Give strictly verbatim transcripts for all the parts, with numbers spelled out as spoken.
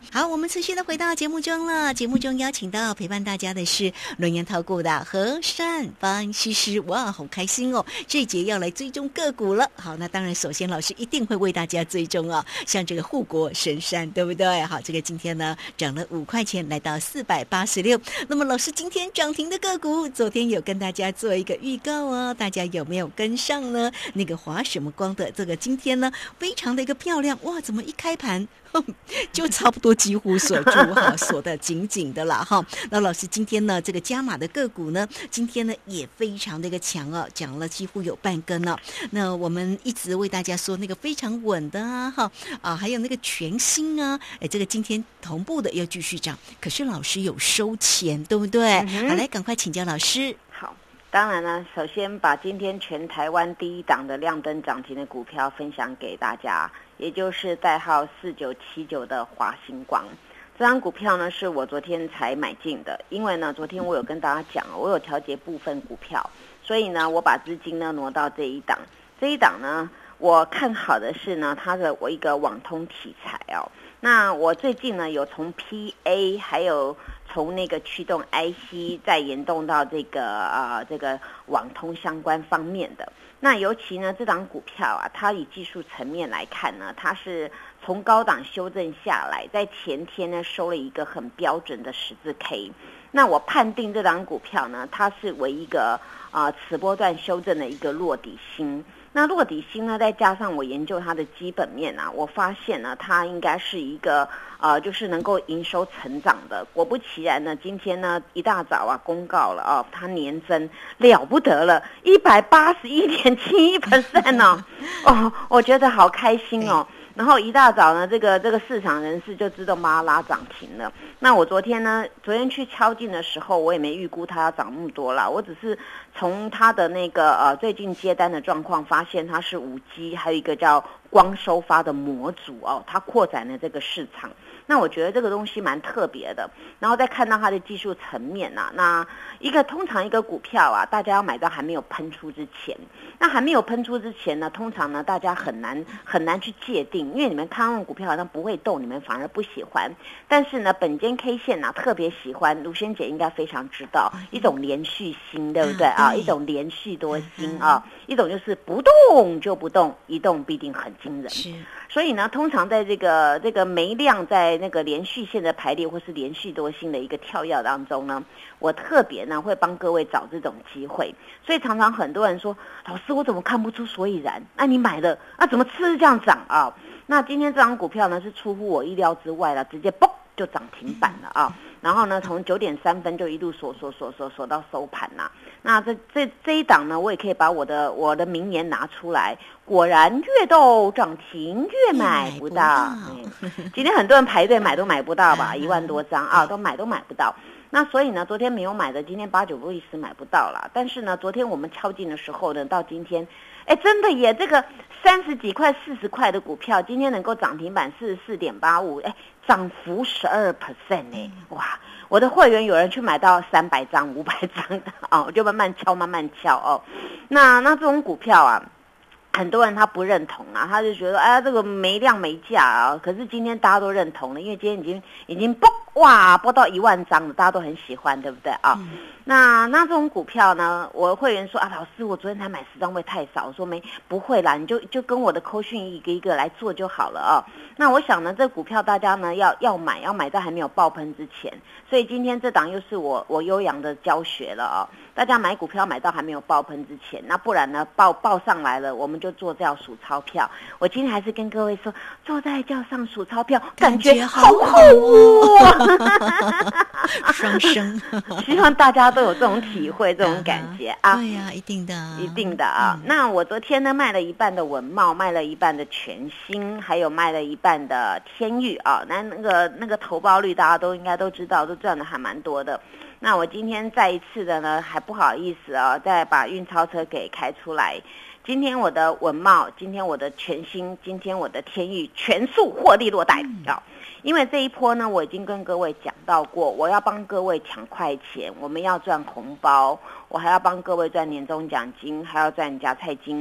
好，我们持续的回到节目中了。节目中邀请到陪伴大家的是轮研投顾的和善分析师，哇，好开心哦！这一节要来追踪个股了。好，那当然，首先老师一定会为大家追踪哦，像这个护国神山，对不对？好，这个今天呢涨了五块钱，来到四百八十六。那么老师今天涨停的个股，昨天有跟大家做一个预告哦，大家有没有跟上呢？那个华什么光的这个今天呢，非常的一个漂亮，哇，怎么一开盘就差不多几乎锁住哈，锁得紧紧的啦哈。那老师今天呢，这个加码的个股呢，今天呢也非常的一个强哦，涨了几乎有半根了。那我们一直为大家说那个非常稳的啊哈啊，还有那个全新啊，哎，这个今天同步的要继续涨，可是老师有收钱，对不对？嗯、好，来赶快请教老师。 好。当然呢，首先把今天全台湾第一档的亮灯涨停的股票分享给大家，也就是代号四九七九的华星光。这张股票呢是我昨天才买进的，因为呢昨天我有跟大家讲，我有调节部分股票，所以呢我把资金呢挪到这一档。这一档呢我看好的是呢它的我一个网通题材哦。那我最近呢有从 P A 还有从那个驱动 I C 再联动到这个呃这个网通相关方面的。那尤其呢这档股票啊，它以技术层面来看呢，它是从高档修正下来，在前天呢收了一个很标准的十字 K。那我判定这档股票呢，它是为一个呃此波段修正的一个落底薪。那落底薪呢，再加上我研究它的基本面啊，我发现呢，它应该是一个呃，就是能够营收成长的。果不其然呢，今天呢一大早啊公告了哦，它年增了不得了，一百八十一点七一 percent 哦，哦，我觉得好开心哦。然后一大早呢，这个这个市场人士就自动把它拉涨停了。那我昨天呢，昨天去敲进的时候，我也没预估它要涨那么多啦，我只是从它的那个呃最近接单的状况发现它是 五 G， 还有一个叫光收发的模组哦，它扩展了这个市场。那我觉得这个东西蛮特别的，然后再看到它的技术层面啊，那一个通常一个股票啊，大家要买到还没有喷出之前，那还没有喷出之前呢，通常呢大家很难很难去界定，因为你们看到股票好像不会动，你们反而不喜欢。但是呢，本间 K 线啊特别喜欢，卢萱姐应该非常知道，一种连续性，对不对啊？一种连续多星啊，一种就是不动就不动，一动必定很惊人。 是。 所以呢，通常在这个这个没量在那个连续线的排列或是连续多星的一个跳跃当中呢，我特别呢会帮各位找这种机会。所以常常很多人说，老师我怎么看不出所以然？那、啊、你买了啊，怎么次日这样涨啊？那今天这张股票呢是出乎我意料之外了，直接嘣就涨停板了啊！然后呢，从九点三分就一路锁锁锁锁锁到收盘啦、啊。那这这这一档呢，我也可以把我的我的名言拿出来。果然越斗涨停越买不到。嗯、今天很多人排队买都买不到吧，一万多张啊，都买都买不到。那所以呢，昨天没有买的，今天八九不离十买不到啦。但是呢，昨天我们敲进的时候呢，到今天，哎，真的耶，这个三十几块、四十块的股票，今天能够涨停板四十四点八五，哎，涨幅十二 percent 呢，哇！我的会员有人去买到三百张、五百张的哦，我就慢慢敲，慢慢敲哦。那那这种股票啊。很多人他不认同啊，他就觉得哎呀这个没量没价啊。可是今天大家都认同了，因为今天已经已经嘣哇拨到一万张了，大家都很喜欢，对不对啊？嗯、那那这种股票呢，我的会员说啊，老师我昨天才买十张会太少，我说没不会啦，你就就跟我的扣讯一个一个来做就好了啊。那我想呢，这股票大家呢要要买，要买在还没有爆喷之前，所以今天这档又是我我悠扬的教学了啊。大家买股票买到还没有爆喷之前，那不然呢爆爆上来了，我们就坐轿数钞票。我今天还是跟各位说，坐在轿上数钞票，感觉好好哦， 双生。 希望大家都有这种体会，这种感觉啊。 对呀、啊，一定的， 一定的啊。嗯、那我昨天呢卖了一半的文茂，卖了一半的全新，还有卖了一半的天域啊。那那个那个投报率大家都应该都知道，都赚的还蛮多的。那我今天再一次的呢，还不好意思啊、哦，再把运钞车给开出来。今天我的文茂，今天我的全新，今天我的天域全数获利落袋啊、哦！因为这一波呢，我已经跟各位讲到过，我要帮各位抢快钱，我们要赚红包，我还要帮各位赚年终奖金，还要赚夹菜金。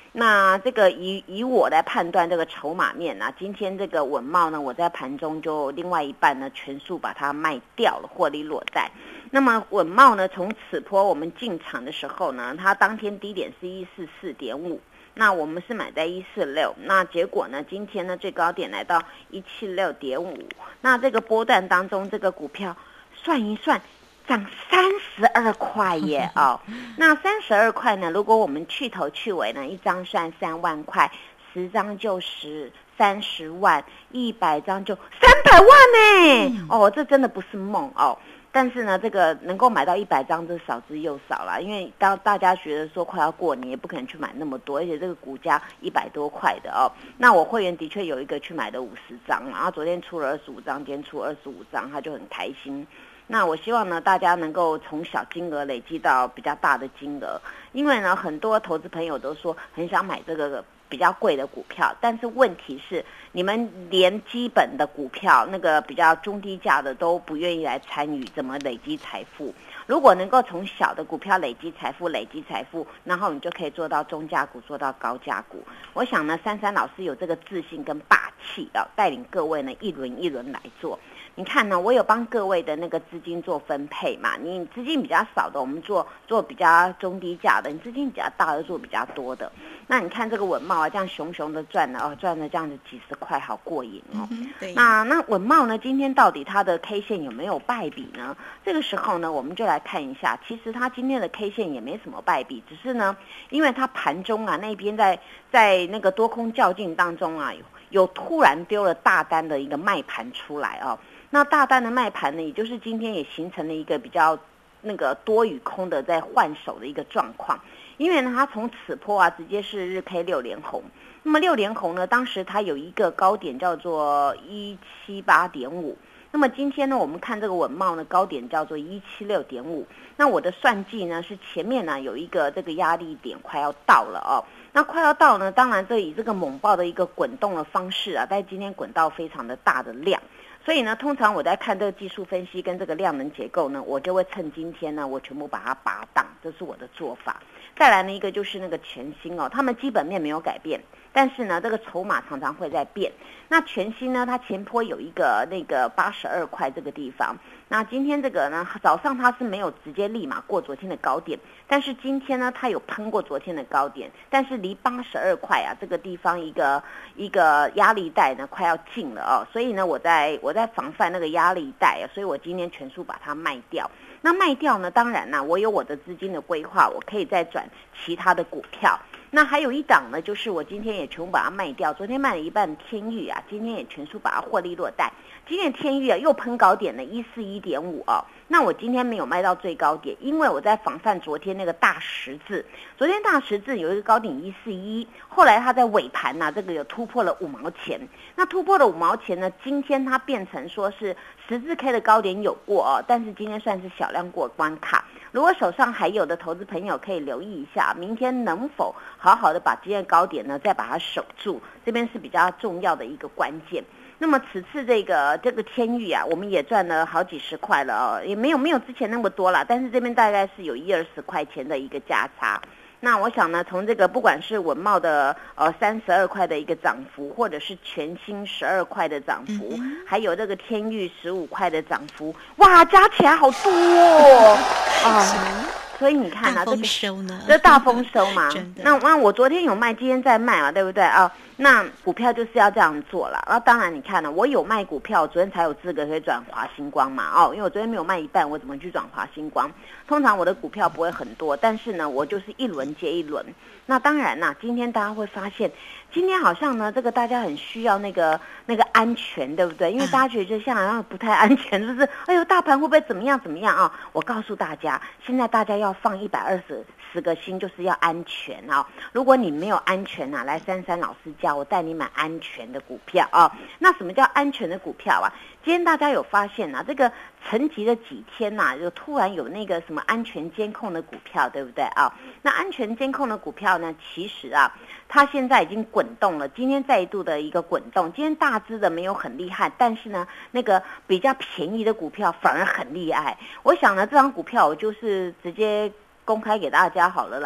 那这个以以我来判断这个筹码面啊，今天这个稳懋呢，我在盘中就另外一半呢全数把它卖掉了，获利落袋。那么稳懋呢，从此波我们进场的时候呢，它当天低点是一四四点五，那我们是买在一四六，那结果呢，今天呢最高点来到一七六点五，那这个波段当中，这个股票算一算。涨三十二块耶哦，那三十二块呢？如果我们去头去尾呢，一张算三万块，十张就是三十万，一百张就三百万呢、嗯！哦，这真的不是梦哦。但是呢，这个能够买到一百张，这少之又少啦。因为当大家觉得说快要过年，也不可能去买那么多，而且这个股价一百多块的哦。那我会员的确有一个去买的五十张，然后昨天出了二十五张，今天出二十五张，他就很开心。那我希望呢，大家能够从小金额累积到比较大的金额，因为呢，很多投资朋友都说很想买这个比较贵的股票，但是问题是，你们连基本的股票那个比较中低价的都不愿意来参与，怎么累积财富？如果能够从小的股票累积财富，累积财富，然后你就可以做到中价股，做到高价股。我想呢，珊珊老师有这个自信跟霸气啊，带领各位呢一轮一轮来做。你看呢，我有帮各位的那个资金做分配嘛，你资金比较少的，我们做做比较中低价的；你资金比较大的，做比较多的。那你看这个稳懋啊，这样熊熊的赚了哦，赚了这样子几十块，好过瘾哦。嗯、对那那稳懋呢，今天到底它的 K 线有没有败笔呢？这个时候呢，我们就来看一下，其实它今天的 K 线也没什么败笔，只是呢，因为它盘中啊那边在在那个多空较劲当中啊，有有突然丢了大单的一个卖盘出来哦。那大单的卖盘呢，也就是今天也形成了一个比较那个多与空的在换手的一个状况，因为呢，它从此波啊直接是日 K 六连红，那么六连红呢，当时它有一个高点叫做一七八点五，那么今天呢，我们看这个稳懋呢，高点叫做一七六点五，那我的算计呢是前面呢有一个这个压力点快要到了哦。那快要到呢，当然这以这个猛爆的一个滚动的方式啊，但今天滚到非常的大的量。所以呢，通常我在看这个技术分析跟这个量能结构呢，我就会趁今天呢，我全部把它拔档，这是我的做法。再来呢，一个就是那个全新哦，他们基本面没有改变，但是呢，这个筹码常常会在变。那全新呢，它前波有一个那个八十二块这个地方，那今天这个呢，早上它是没有直接立马过昨天的高点，但是今天呢，它有喷过昨天的高点，但是离八十二块啊这个地方一个一个压力带呢快要近了哦，所以呢，我在我在防范那个压力带啊，所以我今天全数把它卖掉。那卖掉呢，当然啦，我有我的资金的规划，我可以再转其他的股票。那还有一档呢，就是我今天也全部把它卖掉，昨天卖了一半天域啊，今天也全数把它获利落袋。今天天域啊又喷高点了一四一点五哦，那我今天没有卖到最高点，因为我在防范昨天那个大十字，昨天大十字有一个高点一四一，后来它在尾盘呐、啊，这个有突破了五毛钱，那突破了五毛钱呢，今天它变成说是十字 K 的高点有过哦，但是今天算是小量过关卡。如果手上还有的投资朋友可以留意一下，明天能否好好的把今天的高点呢再把它守住，这边是比较重要的一个关键。那么此次这个这个天域啊，我们也赚了好几十块了哦，也没有没有之前那么多啦，但是这边大概是有一二十块钱的一个价差。那我想呢，从这个不管是稳懋的呃三十二块的一个涨幅，或者是全新十二块的涨幅，嗯、还有这个天域十五块的涨幅，哇，加起来好多哦！啊所以你看啊， 这个收呢， 这大丰收嘛。那那我昨天有卖，今天在卖嘛，对不对啊？那股票就是要这样做了。然后当然你看呢，我有卖股票，昨天才有资格可以转华星光嘛。哦，因为我昨天没有卖一半，我怎么去转华星光？通常我的股票不会很多，但是呢，我就是一轮接一轮。那当然啦，今天大家会发现，今天好像呢，这个大家很需要那个那个安全，对不对？因为大家觉得像好像不太安全，就是哎呦，大盘会不会怎么样怎么样啊？我告诉大家，现在大家要放一百二十十个心，就是要安全啊！如果你没有安全啊，来珊珊老师教我带你买安全的股票啊。那什么叫安全的股票啊？今天大家有发现啊，这个沉寂了几天呐、啊，就突然有那个什么安全监控的股票，对不对啊？那安全监控的股票呢，其实啊，它现在已经滚动了。今天再度的一个滚动，今天大只的没有很厉害，但是呢，那个比较便宜的股票反而很厉害。我想呢，这张股票我就是直接公开给大家好了啦。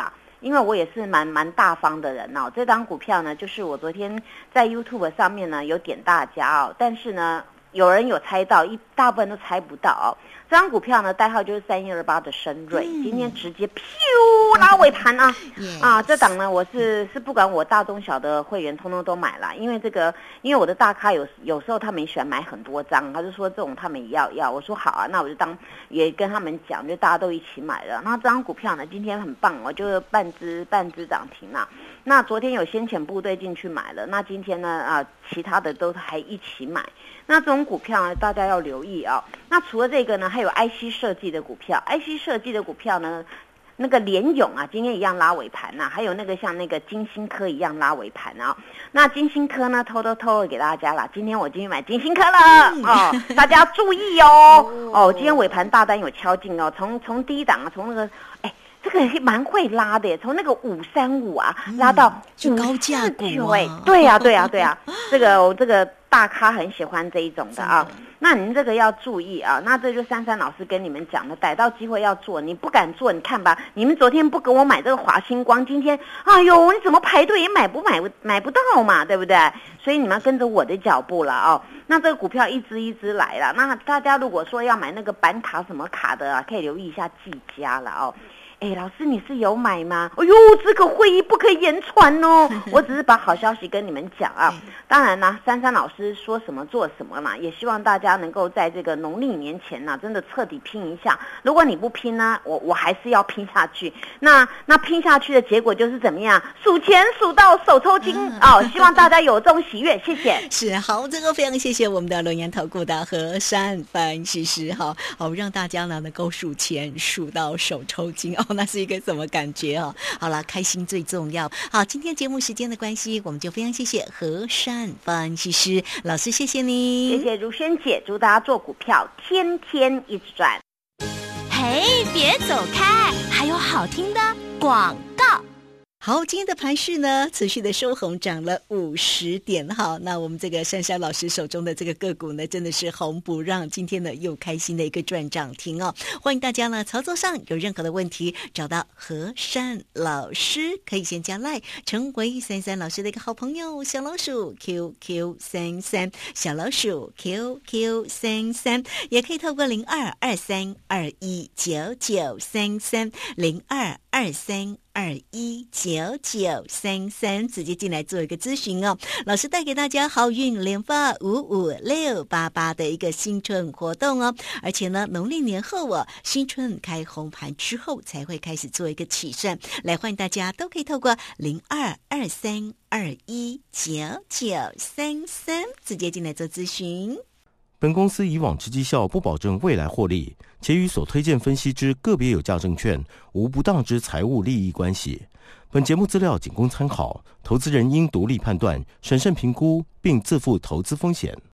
因为我也是蛮蛮大方的人哦。这档股票呢，就是我昨天在 YouTube 上面呢有点大家哦，但是呢有人有猜到，一大部分都猜不到哦。这张股票呢，代号就是三一二八的深瑞，嗯、今天直接噗拉尾盘啊、yes. 啊！这档呢，我是是不管我大中小的会员通通都买了，因为这个，因为我的大咖有有时候他们也喜欢买很多张，他就说这种他们也要要，我说好啊，那我就当也跟他们讲，就大家都一起买了。那这张股票呢，今天很棒哦，就是半只半只涨停啦。那昨天有先遣部队进去买了，那今天呢啊，其他的都还一起买。那这种股票呢，大家要留意啊、哦。那除了这个呢，还有 I C 设计的股票 ，I C 设计的股票呢，那个联咏啊，今天一样拉尾盘呐、啊，还有那个像那个金星科一样拉尾盘啊。那金星科呢，偷偷偷给大家啦，今天我进去买金星科了哦，大家要注意哦哦，今天尾盘大单有敲进哦，从从低档啊，从那个哎。这个蛮会拉的耶，从那个五三五啊拉到就高价股啊， 对呀、啊、对呀、啊、对呀、啊，这个我这个大咖很喜欢这一种的啊。那您这个要注意啊，那这就珊珊老师跟你们讲的，逮到机会要做，你不敢做，你看吧，你们昨天不给我买这个华星光，今天哎呦你怎么排队也买不买买不到嘛，对不对？所以你们要跟着我的脚步了哦。那这个股票一只一只来了，那大家如果说要买那个板卡什么卡的啊，可以留意一下技嘉了哦。哎，老师，你是有买吗？哎呦，这个会议不可以言传哦！我只是把好消息跟你们讲啊。当然啦，珊珊老师说什么做什么嘛，也希望大家能够在这个农历年前呢，真的彻底拼一下。如果你不拼呢，我我还是要拼下去。那那拼下去的结果就是怎么样？数钱数到手抽筋哦！希望大家有这种喜悦，谢谢。 是好，这个非常谢谢我们的龙岩投顾的和珊分析师哈，好让大家呢能够数钱数到手抽筋哦。那是一个什么感觉哦？好了，开心最重要。好，今天节目时间的关系，我们就非常谢谢和善分析师老师，谢谢你， 谢谢如萱姐，祝大家做股票天天一直赚。 嘿，别走开，还有好听的广告。 好，今天的盘势呢，持续的收红，涨了五十点。好，那我们这个珊珊老师手中的这个个股呢，真的是红不让，今天呢又开心的一个赚涨停哦。欢迎大家呢操作上有任何的问题，找到和善老师，可以先加 LINE 成为珊珊老师的一个好朋友，小老鼠 Q Q 三三，小老鼠 Q Q 三三，也可以透过零二二三二一九九三三零二二三二一九九三三直接进来做一个咨询哦。老师带给大家好运连发五五六八八的一个新春活动哦，而且呢，农历年后哦，新春开红盘之后才会开始做一个起算，来欢迎大家都可以透过零二二三二一九九三三直接进来做咨询。 本公司以往之绩效不保证未来获利，且与所推荐分析之个别有价证券无不当之财务利益关系。本节目资料仅供参考，投资人应独立判断、审慎评估，并自负投资风险。